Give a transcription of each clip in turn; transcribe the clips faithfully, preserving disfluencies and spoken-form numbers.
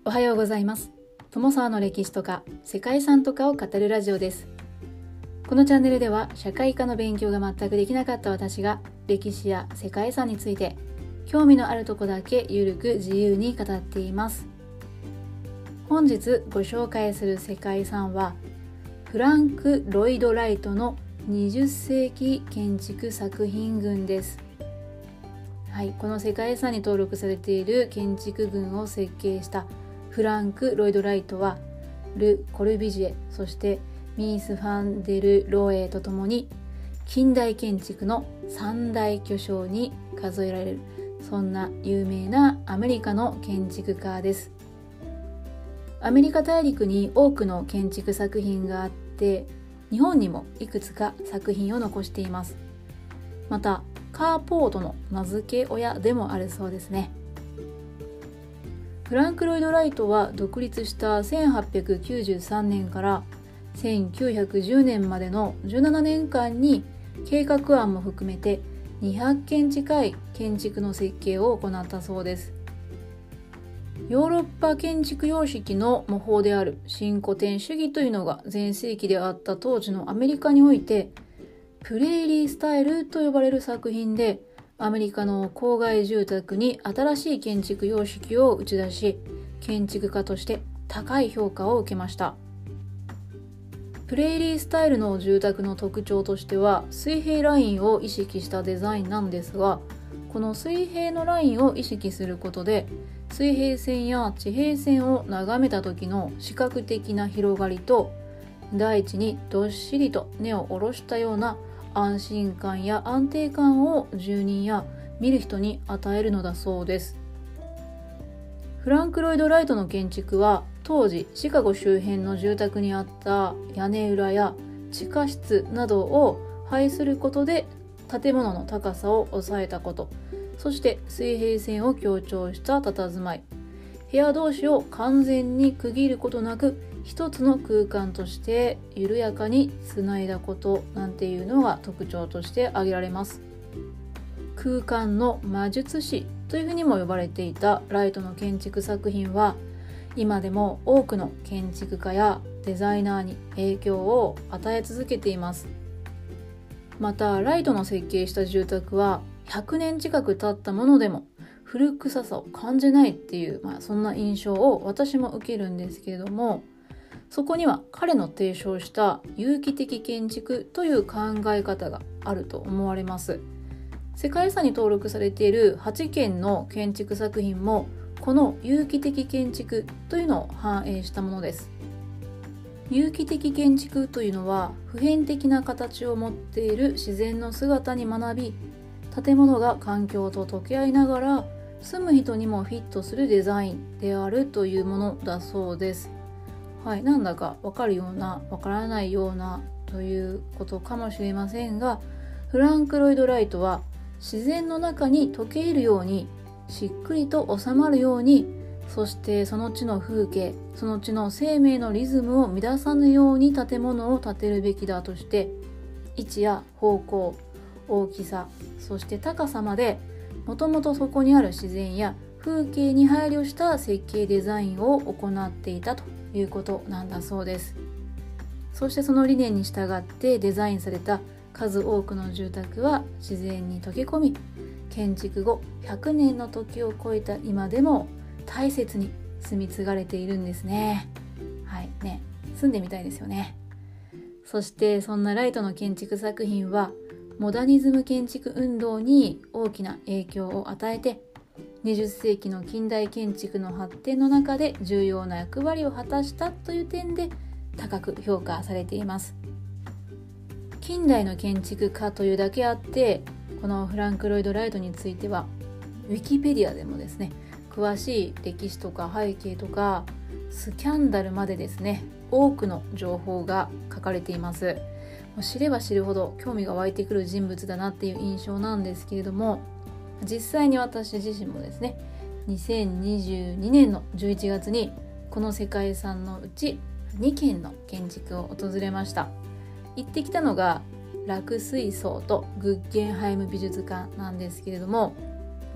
おはようございます。友沢の歴史とか世界遺産とかを語るラジオです。このチャンネルでは社会科の勉強が全くできなかった私が歴史や世界遺産について興味のあるとこだけゆるく自由に語っています。本日ご紹介する世界遺産はフランク・ロイド・ライトのにじゅっせいき建築作品群です。はい、この世界遺産に登録されている建築群を設計したフランク・ロイド・ライトはル・コルビジエ、そしてミース・ファン・デル・ロエとともに近代建築の三大巨匠に数えられる、そんな有名なアメリカの建築家です。アメリカ大陸に多くの建築作品があって、日本にもいくつか作品を残しています。またカーポートの名付け親でもあるそうですね。フランク・ロイド・ライトは独立したせんはっぴゃくきゅうじゅうさんねんからせんきゅうひゃくじゅうねんまでのじゅうななねんかんに計画案も含めてにひゃっけん近い建築の設計を行ったそうです。ヨーロッパ建築様式の模倣である新古典主義というのが全盛期であった当時のアメリカにおいてプレーリースタイルと呼ばれる作品でアメリカの郊外住宅に新しい建築様式を打ち出し、建築家として高い評価を受けました。プレーリースタイルの住宅の特徴としては水平ラインを意識したデザインなんですが、この水平のラインを意識することで水平線や地平線を眺めた時の視覚的な広がりと大地にどっしりと根を下ろしたような安心感や安定感を住人や見る人に与えるのだそうです。フランク・ロイド・ライトの建築は当時シカゴ周辺の住宅にあった屋根裏や地下室などを廃することで建物の高さを抑えたこと、そして水平線を強調した佇まい、部屋同士を完全に区切ることなく一つの空間として緩やかにつないだことなんていうのが特徴として挙げられます。空間の魔術師というふうにも呼ばれていたライトの建築作品は今でも多くの建築家やデザイナーに影響を与え続けています。またライトの設計した住宅はひゃくねん近く経ったものでも古臭さを感じないっていう、まあ、そんな印象を私も受けるんですけれども、そこには彼の提唱した有機的建築という考え方があると思われます。世界遺産に登録されているはちけんの建築作品もこの有機的建築というのを反映したものです。有機的建築というのは普遍的な形を持っている自然の姿に学び、建物が環境と溶け合いながら住む人にもフィットするデザインであるというものだそうです。はい、なんだかわかるようなわからないようなということかもしれませんが、フランク・ロイド・ライトは自然の中に溶け入るようにしっくりと収まるように、そしてその地の風景、その地の生命のリズムを乱さぬように建物を建てるべきだとして、位置や方向、大きさ、そして高さまでもともとそこにある自然や風景に配慮した設計デザインを行っていたということなんだそうです。そしてその理念に従ってデザインされた数多くの住宅は自然に溶け込み、建築後ひゃくねんの時を超えた今でも大切に住み継がれているんですね。はいね、住んでみたいですよね。そしてそんなライトの建築作品はモダニズム建築運動に大きな影響を与えて、にじゅっせいきの近代建築の発展の中で重要な役割を果たしたという点で高く評価されています。近代の建築家というだけあって、このフランク・ロイド・ライトについてはウィキペディアでもですね、詳しい歴史とか背景とかスキャンダルまでですね、多くの情報が書かれています。知れば知るほど興味が湧いてくる人物だなっていう印象なんですけれども、実際に私自身もですね、にせんにじゅうにねんのじゅういちがつにこの世界遺産のうちにけんの建築を訪れました。行ってきたのが楽水槽とグッゲンハイム美術館なんですけれども、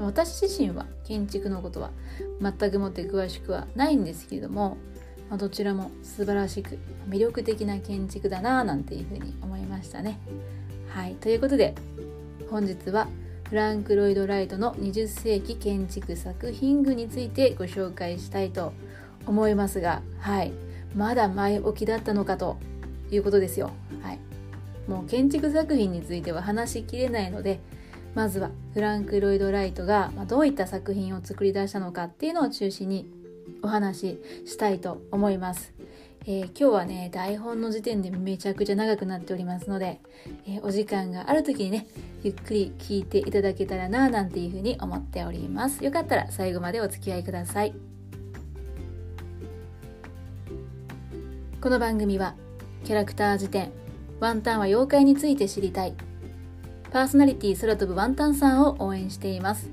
私自身は建築のことは全くもって詳しくはないんですけれども、まあ、どちらも素晴らしく魅力的な建築だななんていうふうに思いましたね。はい、ということで本日はフランク・ロイド・ライトのにじゅっせいき建築作品群についてご紹介したいと思いますが、はい、まだ前置きだったのかということですよ。はい、もう建築作品については話しきれないので、まずはフランク・ロイド・ライトがどういった作品を作り出したのかっていうのを中心にお話ししたいと思います。えー、今日はね台本の時点でめちゃくちゃ長くなっておりますので、えー、お時間がある時にねゆっくり聞いていただけたらななんていうふうに思っております。よかったら最後までお付き合いください。この番組はキャラクター辞典ワンタンは妖怪について知りたいパーソナリティ空飛ぶワンタンさんを応援しています。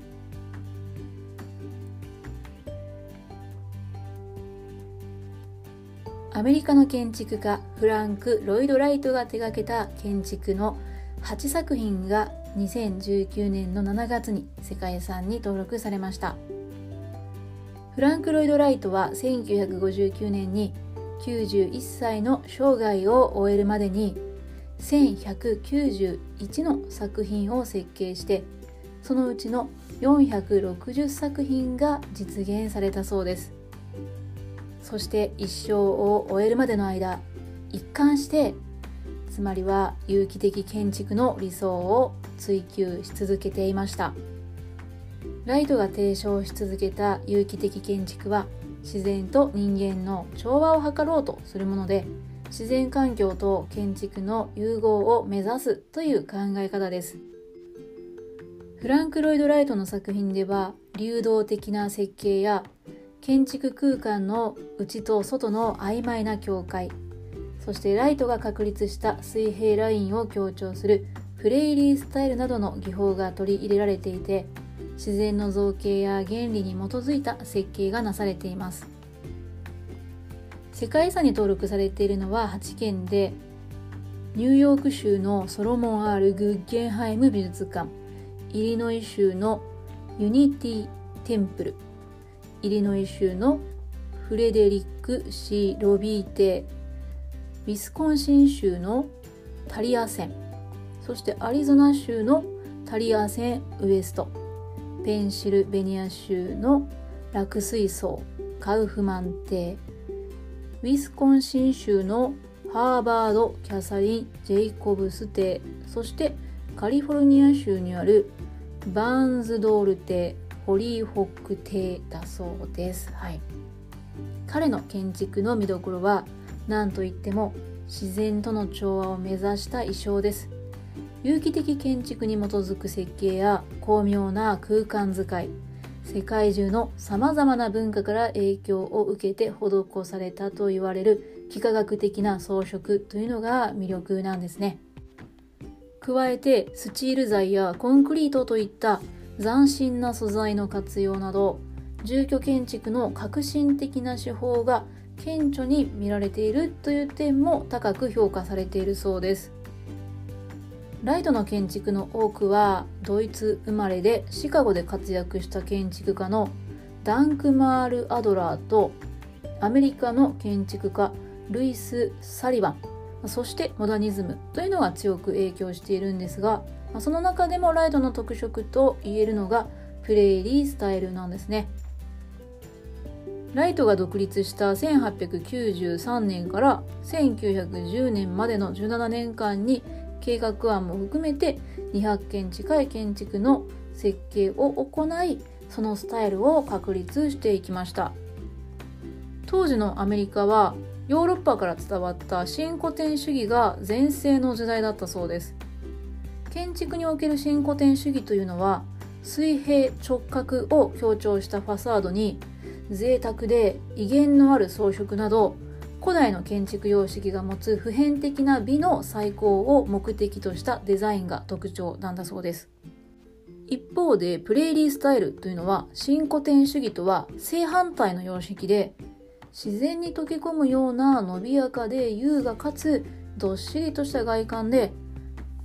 アメリカの建築家フランク・ロイド・ライトが手掛けた建築のはちさく品がにせんじゅうきゅうねんのしちがつに世界遺産に登録されました。フランク・ロイド・ライトはせんきゅうひゃくごじゅうきゅうねんにきゅうじゅういっさいの生涯を終えるまでにせんひゃくきゅうじゅういちの作品を設計して、そのうちのよんひゃくろくじゅっさく品が実現されたそうです。そして一生を終えるまでの間、一貫してつまりは有機的建築の理想を追求し続けていました。ライトが提唱し続けた有機的建築は自然と人間の調和を図ろうとするもので、自然環境と建築の融合を目指すという考え方です。フランク・ロイド・ライトの作品では流動的な設計や建築空間の内と外の曖昧な境界、そしてライトが確立した水平ラインを強調するプレイリースタイルなどの技法が取り入れられていて、自然の造形や原理に基づいた設計がなされています。世界遺産に登録されているのははちけんで、ニューヨーク州のソロモン R グッゲンハイム美術館、イリノイ州のユニティテンプル、イリノイ州のフレデリック・シー・ロビー邸、ウィスコンシン州のタリア線、そしてアリゾナ州のタリア線ウエスト、ペンシルベニア州の落水槽カウフマン邸、ウィスコンシン州のハーバード・キャサリン・ジェイコブス邸、そしてカリフォルニア州にあるバーンズドール邸、ホリーホック邸だそうです。はい、彼の建築の見どころは何といっても自然との調和を目指した意匠です。有機的建築に基づく設計や巧妙な空間使い、世界中のさまざまな文化から影響を受けて施されたと言われる幾何学的な装飾というのが魅力なんですね。加えてスチール材やコンクリートといった斬新な素材の活用など、住居建築の革新的な手法が顕著に見られているという点も高く評価されているそうです。ライトの建築の多くはドイツ生まれでシカゴで活躍した建築家のダンクマール・アドラーとアメリカの建築家ルイス・サリバン、そしてモダニズムというのが強く影響しているんですが、その中でもライトの特色と言えるのがプレイリースタイルなんですね。ライトが独立したせんはっぴゃくきゅうじゅうさんねんからせんきゅうひゃくじゅうねんまでのじゅうななねんかんに計画案も含めてにひゃっけん近い建築の設計を行い、そのスタイルを確立していきました。当時のアメリカはヨーロッパから伝わった新古典主義が全盛の時代だったそうです。建築における新古典主義というのは水平直角を強調したファサードに贅沢で威厳のある装飾など、古代の建築様式が持つ普遍的な美の再興を目的としたデザインが特徴なんだそうです。一方でプレイリースタイルというのは新古典主義とは正反対の様式で、自然に溶け込むような伸びやかで優雅かつどっしりとした外観で、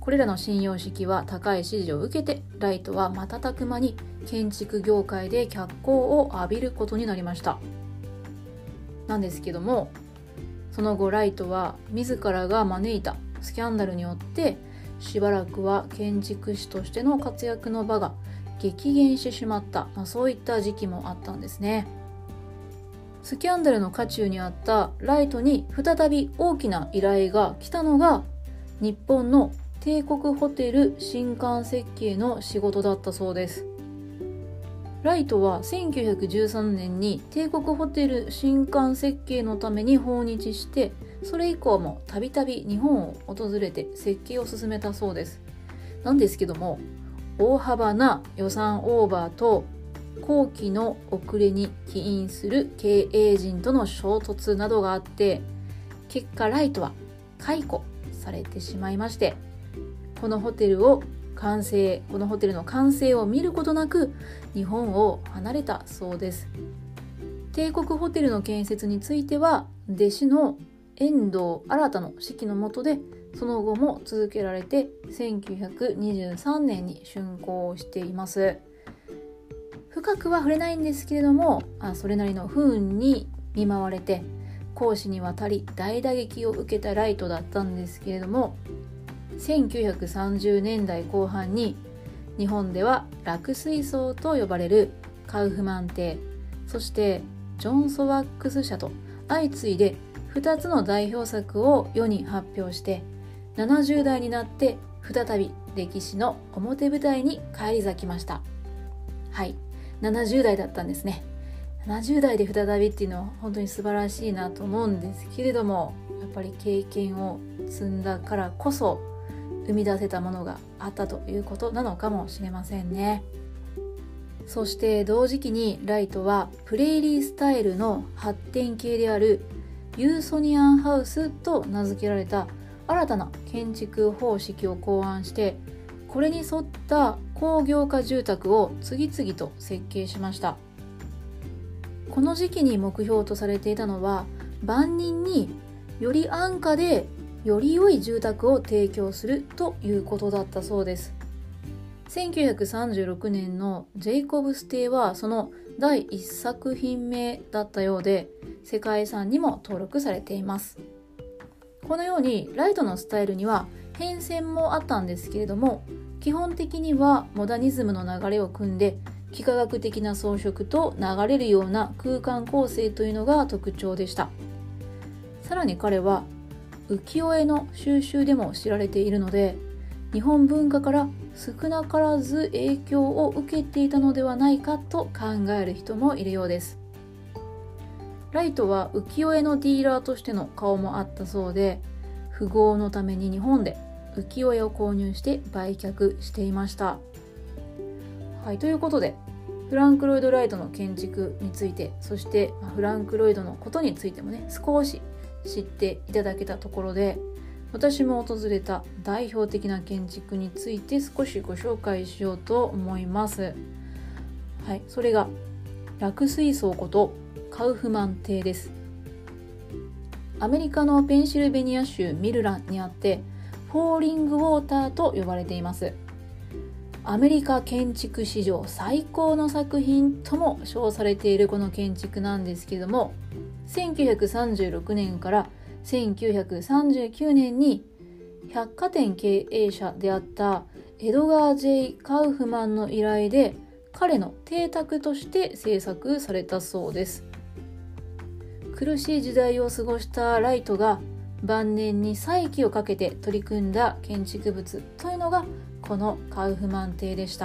これらの新様式は高い支持を受けて、ライトは瞬く間に建築業界で脚光を浴びることになりました。なんですけども、その後ライトは自らが招いたスキャンダルによってしばらくは建築士としての活躍の場が激減してしまった、まあ、そういった時期もあったんですね。スキャンダルの渦中にあったライトに再び大きな依頼が来たのが日本の帝国ホテル新館設計の仕事だったそうです。ライトはせんきゅうひゃくじゅうさんねんに帝国ホテル新館設計のために訪日して、それ以降もたびたび日本を訪れて設計を進めたそうです。なんですけども、大幅な予算オーバーと工期の遅れに起因する経営陣との衝突などがあって、結果ライトは解雇されてしまいまして、このホテルを完成このホテルの完成を見ることなく日本を離れたそうです。帝国ホテルの建設については弟子の遠藤新の指揮の下でその後も続けられて、せんきゅうひゃくにじゅうさんねんに竣工しています。深くは触れないんですけれども、あそれなりの不運に見舞われて公私にわたり大打撃を受けたライトだったんですけれども、せんきゅうひゃくさんじゅうねんだいこう半に日本では落水槽と呼ばれるカウフマン邸、そしてジョン・ソワックス社と相次いでふたつの代表作を世に発表して、ななじゅうだいになって再び歴史の表舞台に返り咲きました。はい、ななじゅうだいだったんですね。ななじゅうだいで再びっていうのは本当に素晴らしいなと思うんですけれども、やっぱり経験を積んだからこそ生み出せたものがあったということなのかもしれませんね。そして同時期にライトはプレーリースタイルの発展系であるユーソニアンハウスと名付けられた新たな建築方式を考案して、これに沿った工業化住宅を次々と設計しました。この時期に目標とされていたのは、万人により安価でより良い住宅を提供するということだったそうです。せんきゅうひゃくさんじゅうろくねんのジェイコブス邸はそのだいいっさくひんめだったようで、世界遺産にも登録されています。このようにライトのスタイルには変遷もあったんですけれども、基本的にはモダニズムの流れを組んで、幾何学的な装飾と流れるような空間構成というのが特徴でした。さらに彼は浮世絵の収集でも知られているので、日本文化から少なからず影響を受けていたのではないかと考える人もいるようです。ライトは浮世絵のディーラーとしての顔もあったそうで、富豪のために日本で浮世絵を購入して売却していました。はい、ということでフランク・ロイド・ライトの建築について、そしてフランク・ロイドのことについてもね、少し知っていただけたところで、私も訪れた代表的な建築について少しご紹介しようと思います。はい、それが落水槽ことカウフマン邸です。アメリカのペンシルベニア州ミルランにあって、フォーリングウォーターと呼ばれています。アメリカ建築史上最高の作品とも称されているこの建築なんですけれども、せんきゅうひゃくさんじゅうろくねんからせんきゅうひゃくさんじゅうきゅうねんに百貨店経営者であったエドガー・ジェイ・カウフマンの依頼で彼の邸宅として制作されたそうです。苦しい時代を過ごしたライトが晩年に再起をかけて取り組んだ建築物というのがこのカウフマン邸でした。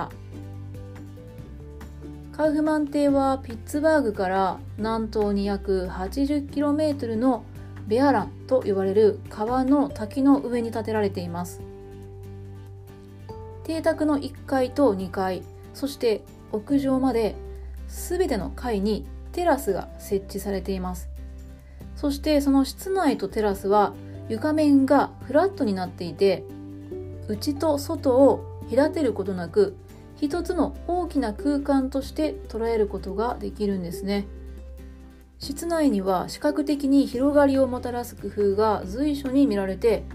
カウフマン邸はピッツバーグから南東に約 はちじゅっキロメートル のベアランと呼ばれる川の滝の上に建てられています。邸宅のいっかいとにかい、そして屋上まで全ての階にテラスが設置されています。そしてその室内とテラスは床面がフラットになっていて、内と外を隔てることなく一つの大きな空間として捉えることができるんですね。室内には視覚的に広がりをもたらす工夫が随所に見られて、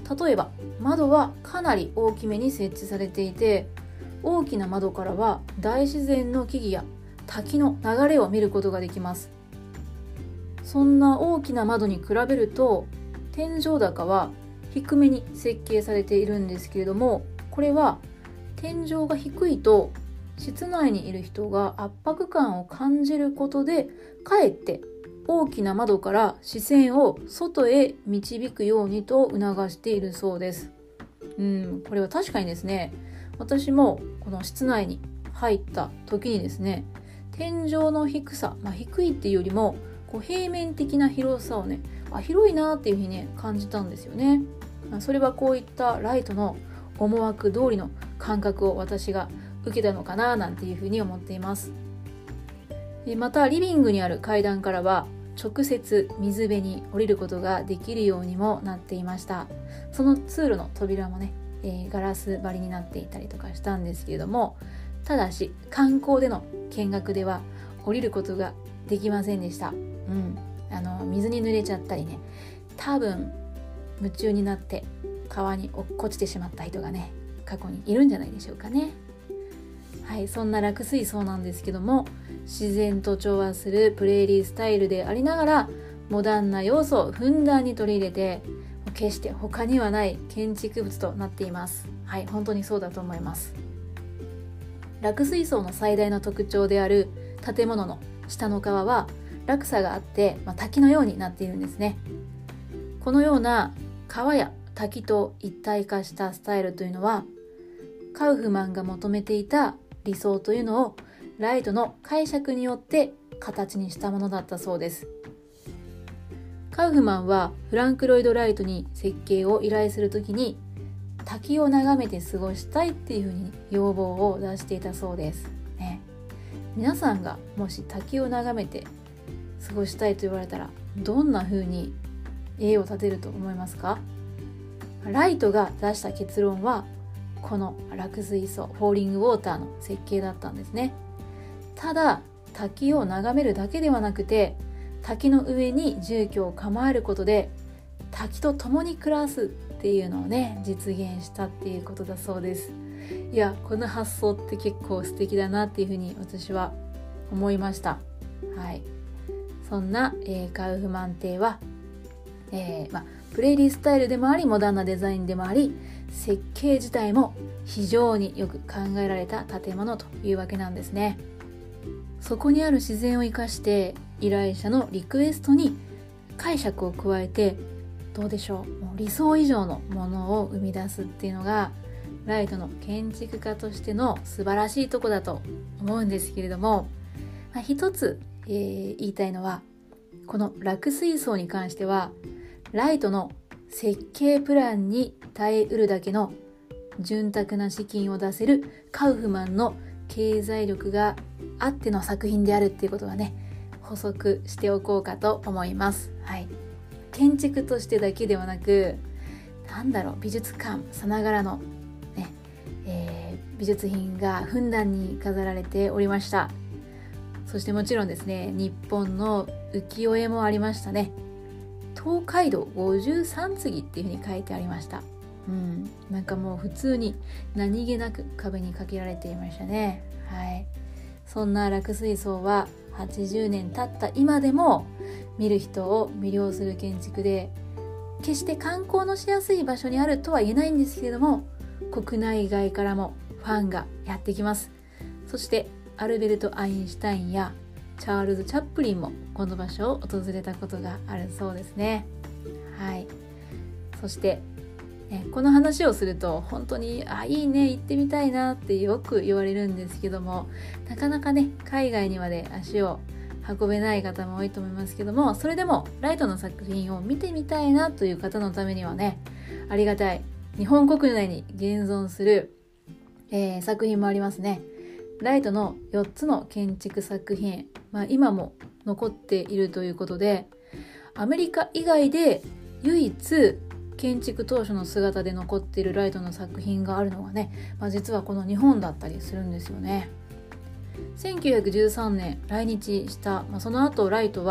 例えば窓はかなり大きめに設置されていて、大きな窓からは大自然の木々や滝の流れを見ることができます。そんな大きな窓に比べると天井高は低めに設計されているんですけれども、これは天井が低いと室内にいる人が圧迫感を感じることで、かえって大きな窓から視線を外へ導くようにと促しているそうです。うん、これは確かにですね、私もこの室内に入った時にですね、天井の低さ、まあ、低いっていうよりもこう平面的な広さをね、あ、広いなっていうふうにね感じたんですよね。それはこういったライトの思惑通りの感覚を私が受けたのかななんていうふうに思っています。またリビングにある階段からは直接水辺に降りることができるようにもなっていました。その通路の扉もね、えー、ガラス張りになっていたりとかしたんですけれども、ただし観光での見学では降りることができませんでした。うん、あの水に濡れちゃったりね、多分夢中になって川に落っこちてしまった人がね過去にいるんじゃないでしょうかね。はい、そんな落水槽なんですけども、自然と調和するプレーリースタイルでありながらモダンな要素をふんだんに取り入れて、決して他にはない建築物となっています。はい、本当にそうだと思います。落水槽の最大の特徴である建物の下の川は落差があって、まあ、滝のようになっているんですね。このような川や滝と一体化したスタイルというのは、カウフマンが求めていた理想というのをライトの解釈によって形にしたものだったそうです。カウフマンはフランク・ロイド・ライトに設計を依頼するときに、滝を眺めて過ごしたいっていうふうに要望を出していたそうです、ね、皆さんがもし滝を眺めて過ごしたいと言われたら、どんなふうに絵を立てると思いますか？ライトが出した結論はこの落水槽、フォーリングウォーターの設計だったんですね。ただ滝を眺めるだけではなくて、滝の上に住居を構えることで滝と共に暮らすっていうのをね実現したっていうことだそうです。いや、この発想って結構素敵だなっていうふうに私は思いました。はい、そんな、えー、カウフマン邸は、えーまあ、プレーリースタイルでもありモダンなデザインでもあり、設計自体も非常によく考えられた建物というわけなんですね。そこにある自然を生かして依頼者のリクエストに解釈を加えて、どうでしょう、もう理想以上のものを生み出すっていうのがライトの建築家としての素晴らしいとこだと思うんですけれども、まあ、一つ、えー、言いたいのは、この落水槽に関してはライトの設計プランに耐えうるだけの潤沢な資金を出せるカウフマンの経済力があっての作品であるっていうことはね、補足しておこうかと思います。はい、建築としてだけではなく、なんだろう、美術館さながらの、ねえー、美術品がふんだんに飾られておりました。そしてもちろんですね、日本の浮世絵もありましたね。東海道ごじゅうさん次っていうふうに書いてありました。うん、なんかもう普通に何気なく壁にかけられていましたね。はい、そんな落水槽ははちじゅうねん経った今でも見る人を魅了する建築で、決して観光のしやすい場所にあるとは言えないんですけれども、国内外からもファンがやってきます。そしてアルベルト・アインシュタインやチャールズ・チャップリンもこの場所を訪れたことがあるそうですね。はい、そしてね、この話をすると本当にあいいね、行ってみたいなってよく言われるんですけども、なかなかね海外にまで足を運べない方も多いと思いますけども、それでもライトの作品を見てみたいなという方のためにはね、ありがたい日本国内に現存する、えー、作品もありますね。ライトのよっつの建築作品、まあ、今も残っているということで、アメリカ以外で唯一建築当初の姿で残っているライトの作品があるのがね、まあ、実はこの日本だったりするんですよね。せんきゅうひゃくじゅうさんねん来日した、まあ、その後ライトは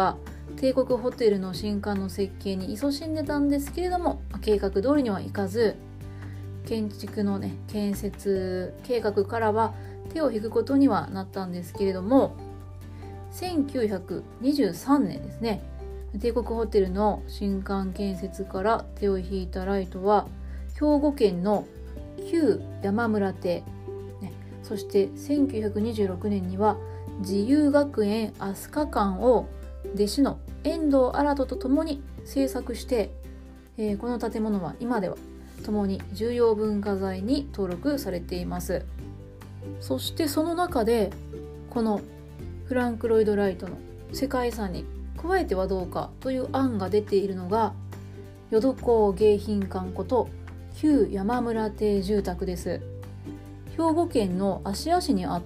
帝国ホテルの新館の設計に勤しんでたんですけれども、計画通りにはいかず、建築のね建設計画からは手を引くことにはなったんですけれども、せんきゅうひゃくにじゅうさんねんですね、帝国ホテルの新館建設から手を引いたライトは兵庫県の旧山村邸、ね、そしてせんきゅうひゃくにじゅうろくねんには自由学園飛鳥館を弟子の遠藤新とともに制作して、えー、この建物は今ではともに重要文化財に登録されています。そしてその中でこのフランク・ロイド・ライトの世界遺産に加えてはどうかという案が出ているのが淀港迎賓館こと旧山村邸住宅です。兵庫県の芦屋市にあって、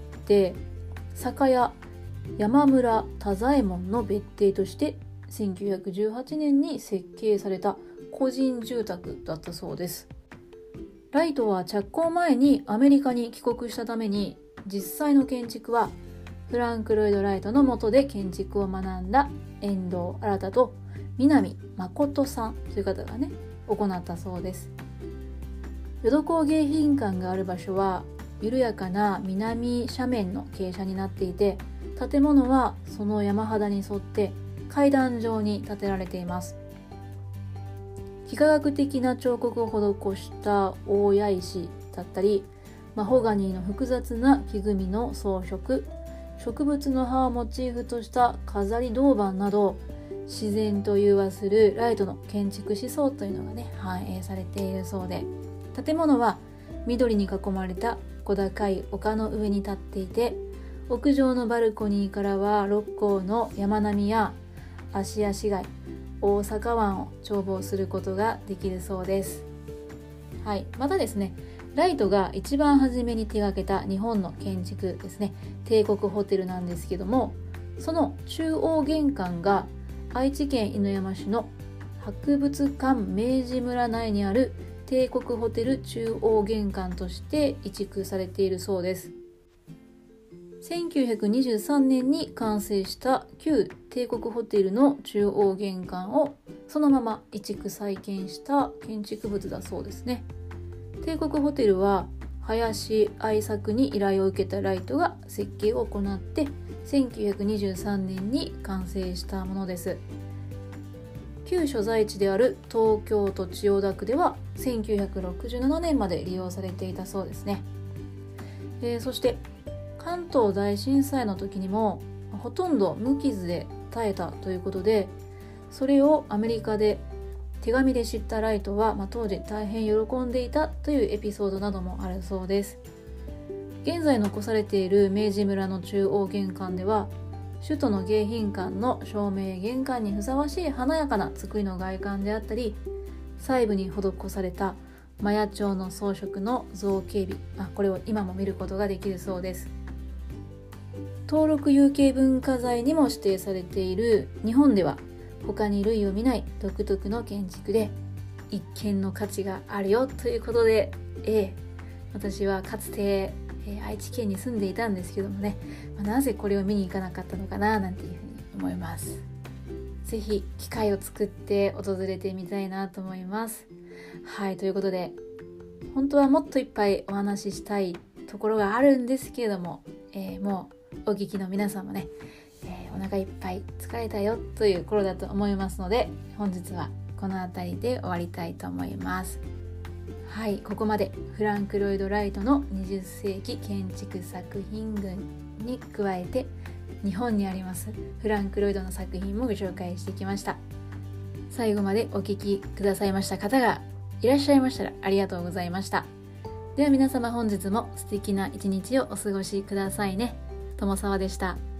酒屋山村太左衛門の別邸としてせんきゅうひゃくじゅうはちねんに設計された個人住宅だったそうです。ライトは着工前にアメリカに帰国したために、実際の建築はフランク・ロイド・ライトの下で建築を学んだ遠藤新と南誠さんという方がね行ったそうです。淀港迎賓館がある場所は緩やかな南斜面の傾斜になっていて、建物はその山肌に沿って階段状に建てられています。幾何学的な彫刻を施した大谷石だったり、マホガニーの複雑な木組みの装飾、植物の葉をモチーフとした飾り銅板など、自然と融和するライトの建築思想というのがね反映されているそうで、建物は緑に囲まれた小高い丘の上に立っていて、屋上のバルコニーからは六甲の山並みや芦屋市街、大阪湾を眺望することができるそうです。はい、またですね、ライトが一番初めに手がけた日本の建築ですね、帝国ホテルなんですけども、その中央玄関が愛知県犬山市の博物館明治村内にある帝国ホテル中央玄関として移築されているそうです。せんきゅうひゃくにじゅうさんねんに完成した旧帝国ホテルの中央玄関をそのまま移築再建した建築物だそうですね。帝国ホテルは林愛作に依頼を受けたライトが設計を行ってせんきゅうひゃくにじゅうさんねんに完成したものです。旧所在地である東京都千代田区ではせんきゅうひゃくろくじゅうななねんまで利用されていたそうですね。えー、そして関東大震災の時にもほとんど無傷で耐えたということで、それをアメリカで手紙で知ったライトは、まあ、当時大変喜んでいたというエピソードなどもあるそうです。現在残されている明治村の中央玄関では、首都の迎賓館の正面玄関にふさわしい華やかな造りの外観であったり、細部に施されたマヤ彫の装飾の造形美、あ、これを今も見ることができるそうです。登録有形文化財にも指定されている日本では他に類を見ない独特の建築で一見の価値があるよということで、えー、私はかつて、えー、愛知県に住んでいたんですけどもね、まあ、なぜこれを見に行かなかったのかななんていうふうに思います。ぜひ機会を作って訪れてみたいなと思います。はい、ということで本当はもっといっぱいお話ししたいところがあるんですけれども、えー、もうお聞きの皆さんもね、えー、お腹いっぱい疲れたよという頃だと思いますので、本日はこの辺りで終わりたいと思います。はい、ここまでフランク・ロイド・ライトのにじゅっせいき建築作品群に加えて日本にありますフランク・ロイドの作品もご紹介してきました。最後までお聞きくださいました方がいらっしゃいましたらありがとうございました。では皆様、本日も素敵な一日をお過ごしくださいね。友沢でした。